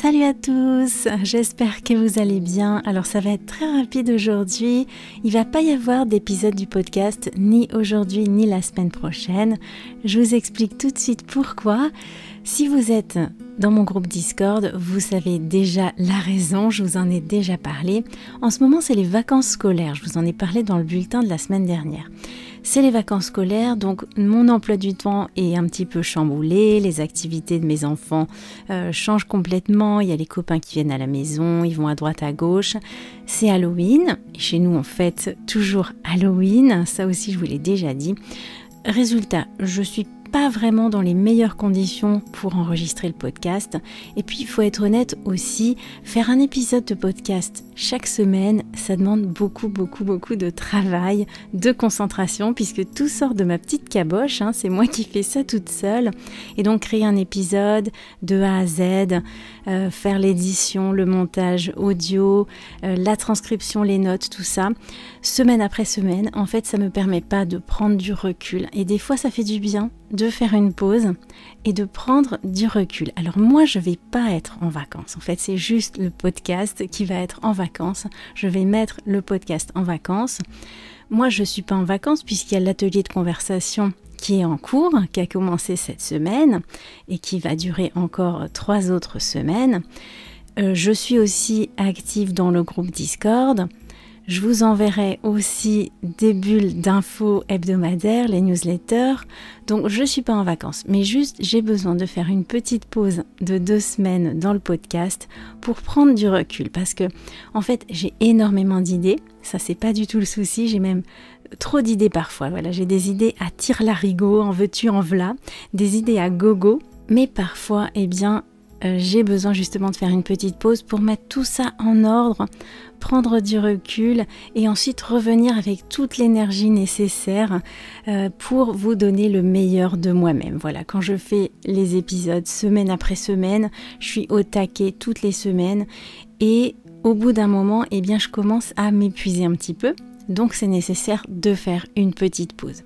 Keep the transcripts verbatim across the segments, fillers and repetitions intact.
Salut à tous, j'espère que vous allez bien. Alors ça va être très rapide aujourd'hui, il va pas y avoir d'épisode du podcast ni aujourd'hui ni la semaine prochaine. Je vous explique tout de suite pourquoi. Si vous êtes dans mon groupe Discord, vous savez déjà la raison, je vous en ai déjà parlé. En ce moment c'est les vacances scolaires, je vous en ai parlé dans le bulletin de la semaine dernière. C'est les vacances scolaires, donc mon emploi du temps est un petit peu chamboulé, les activités de mes enfants euh, changent complètement, il y a les copains qui viennent à la maison, ils vont à droite à gauche. C'est Halloween, et chez nous on fête toujours Halloween, ça aussi je vous l'ai déjà dit. Résultat, je suis pas vraiment dans les meilleures conditions pour enregistrer le podcast. Et puis, il faut être honnête aussi, faire un épisode de podcast chaque semaine, ça demande beaucoup, beaucoup, beaucoup de travail, de concentration, puisque tout sort de ma petite caboche, hein, c'est moi qui fais ça toute seule. Et donc, créer un épisode de A à Z, euh, faire l'édition, le montage audio, euh, la transcription, les notes, tout ça, semaine après semaine, en fait, ça me permet pas de prendre du recul. Et des fois, ça fait du bien de faire une pause et de prendre du recul. Alors moi, je vais pas être en vacances. En fait, c'est juste le podcast qui va être en vacances. Je vais mettre le podcast en vacances. Moi, je suis pas en vacances puisqu'il y a l'atelier de conversation qui est en cours, qui a commencé cette semaine et qui va durer encore trois autres semaines. Euh, je suis aussi active dans le groupe Discord. Je vous enverrai aussi des bulles d'infos hebdomadaires, les newsletters. Donc je ne suis pas en vacances, mais juste j'ai besoin de faire une petite pause de deux semaines dans le podcast pour prendre du recul. Parce que en fait j'ai énormément d'idées, ça c'est pas du tout le souci, j'ai même trop d'idées parfois. Voilà, j'ai des idées à tire-larigot, en veux-tu, en v'là, des idées à gogo. Mais parfois, eh bien, euh, j'ai besoin justement de faire une petite pause pour mettre tout ça en ordre, prendre du recul et ensuite revenir avec toute l'énergie nécessaire euh, pour vous donner le meilleur de moi-même. Voilà, quand je fais les épisodes semaine après semaine, je suis au taquet toutes les semaines et au bout d'un moment, eh bien, je commence à m'épuiser un petit peu. Donc c'est nécessaire de faire une petite pause.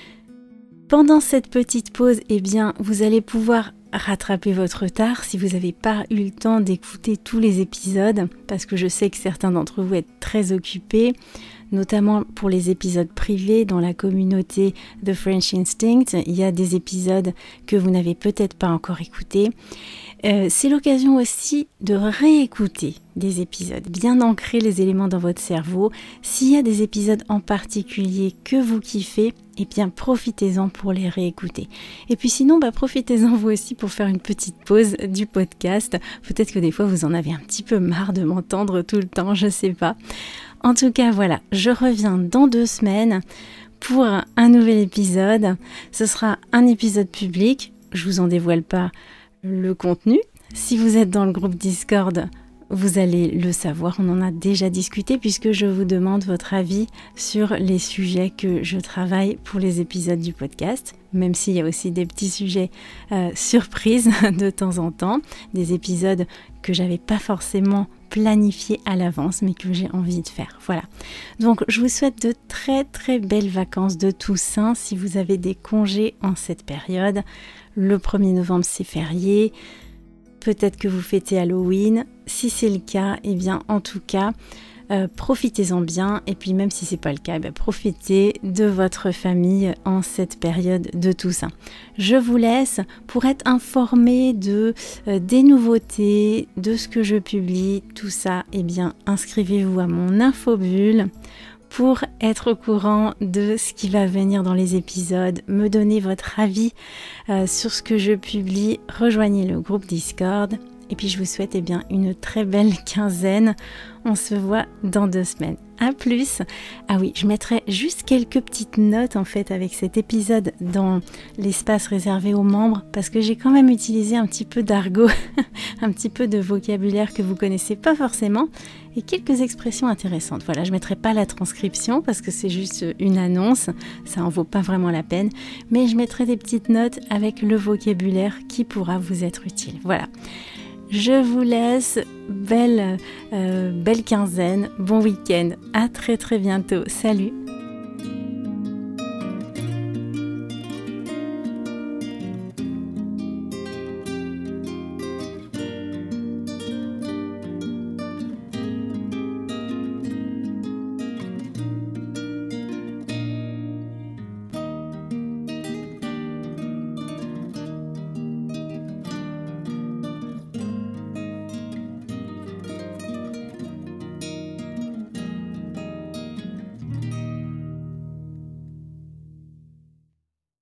Pendant cette petite pause, eh bien, vous allez pouvoir rattraper votre retard si vous n'avez pas eu le temps d'écouter tous les épisodes, parce que je sais que certains d'entre vous êtes très occupés, notamment pour les épisodes privés dans la communauté The French Instinct. Il y a des épisodes que vous n'avez peut-être pas encore écoutés. Euh, c'est l'occasion aussi de réécouter des épisodes, bien ancrer les éléments dans votre cerveau. S'il y a des épisodes en particulier que vous kiffez, eh bien profitez-en pour les réécouter. Et puis sinon, bah, profitez-en vous aussi pour faire une petite pause du podcast. Peut-être que des fois vous en avez un petit peu marre de m'entendre tout le temps, je sais pas. En tout cas, voilà, je reviens dans deux semaines pour un nouvel épisode. Ce sera un épisode public, je vous en dévoile pas le contenu. Si vous êtes dans le groupe Discord, vous allez le savoir, on en a déjà discuté puisque je vous demande votre avis sur les sujets que je travaille pour les épisodes du podcast, même s'il y a aussi des petits sujets euh, surprises de temps en temps, des épisodes que j'avais pas forcément planifiés à l'avance mais que j'ai envie de faire. Voilà. Donc je vous souhaite de très très belles vacances de Toussaint si vous avez des congés en cette période. Le premier novembre c'est férié. Peut-être que vous fêtez Halloween. Si c'est le cas, eh bien en tout cas, euh, profitez-en bien. Et puis même si c'est pas le cas, eh bien, profitez de votre famille en cette période de Toussaint. Je vous laisse pour être informé de euh, des nouveautés, de ce que je publie, tout ça. Eh bien inscrivez-vous à mon infobulle pour être au courant de ce qui va venir dans les épisodes, me donner votre avis euh, sur ce que je publie, rejoignez le groupe Discord et puis je vous souhaite eh bien, une très belle quinzaine. On se voit dans deux semaines. À plus. Ah oui, je mettrai juste quelques petites notes en fait avec cet épisode dans l'espace réservé aux membres parce que j'ai quand même utilisé un petit peu d'argot, un petit peu de vocabulaire que vous connaissez pas forcément et quelques expressions intéressantes. Voilà, je mettrai pas la transcription parce que c'est juste une annonce, ça en vaut pas vraiment la peine, mais je mettrai des petites notes avec le vocabulaire qui pourra vous être utile. Voilà. Je vous laisse, belle, euh, belle quinzaine, bon week-end, à très très bientôt, salut!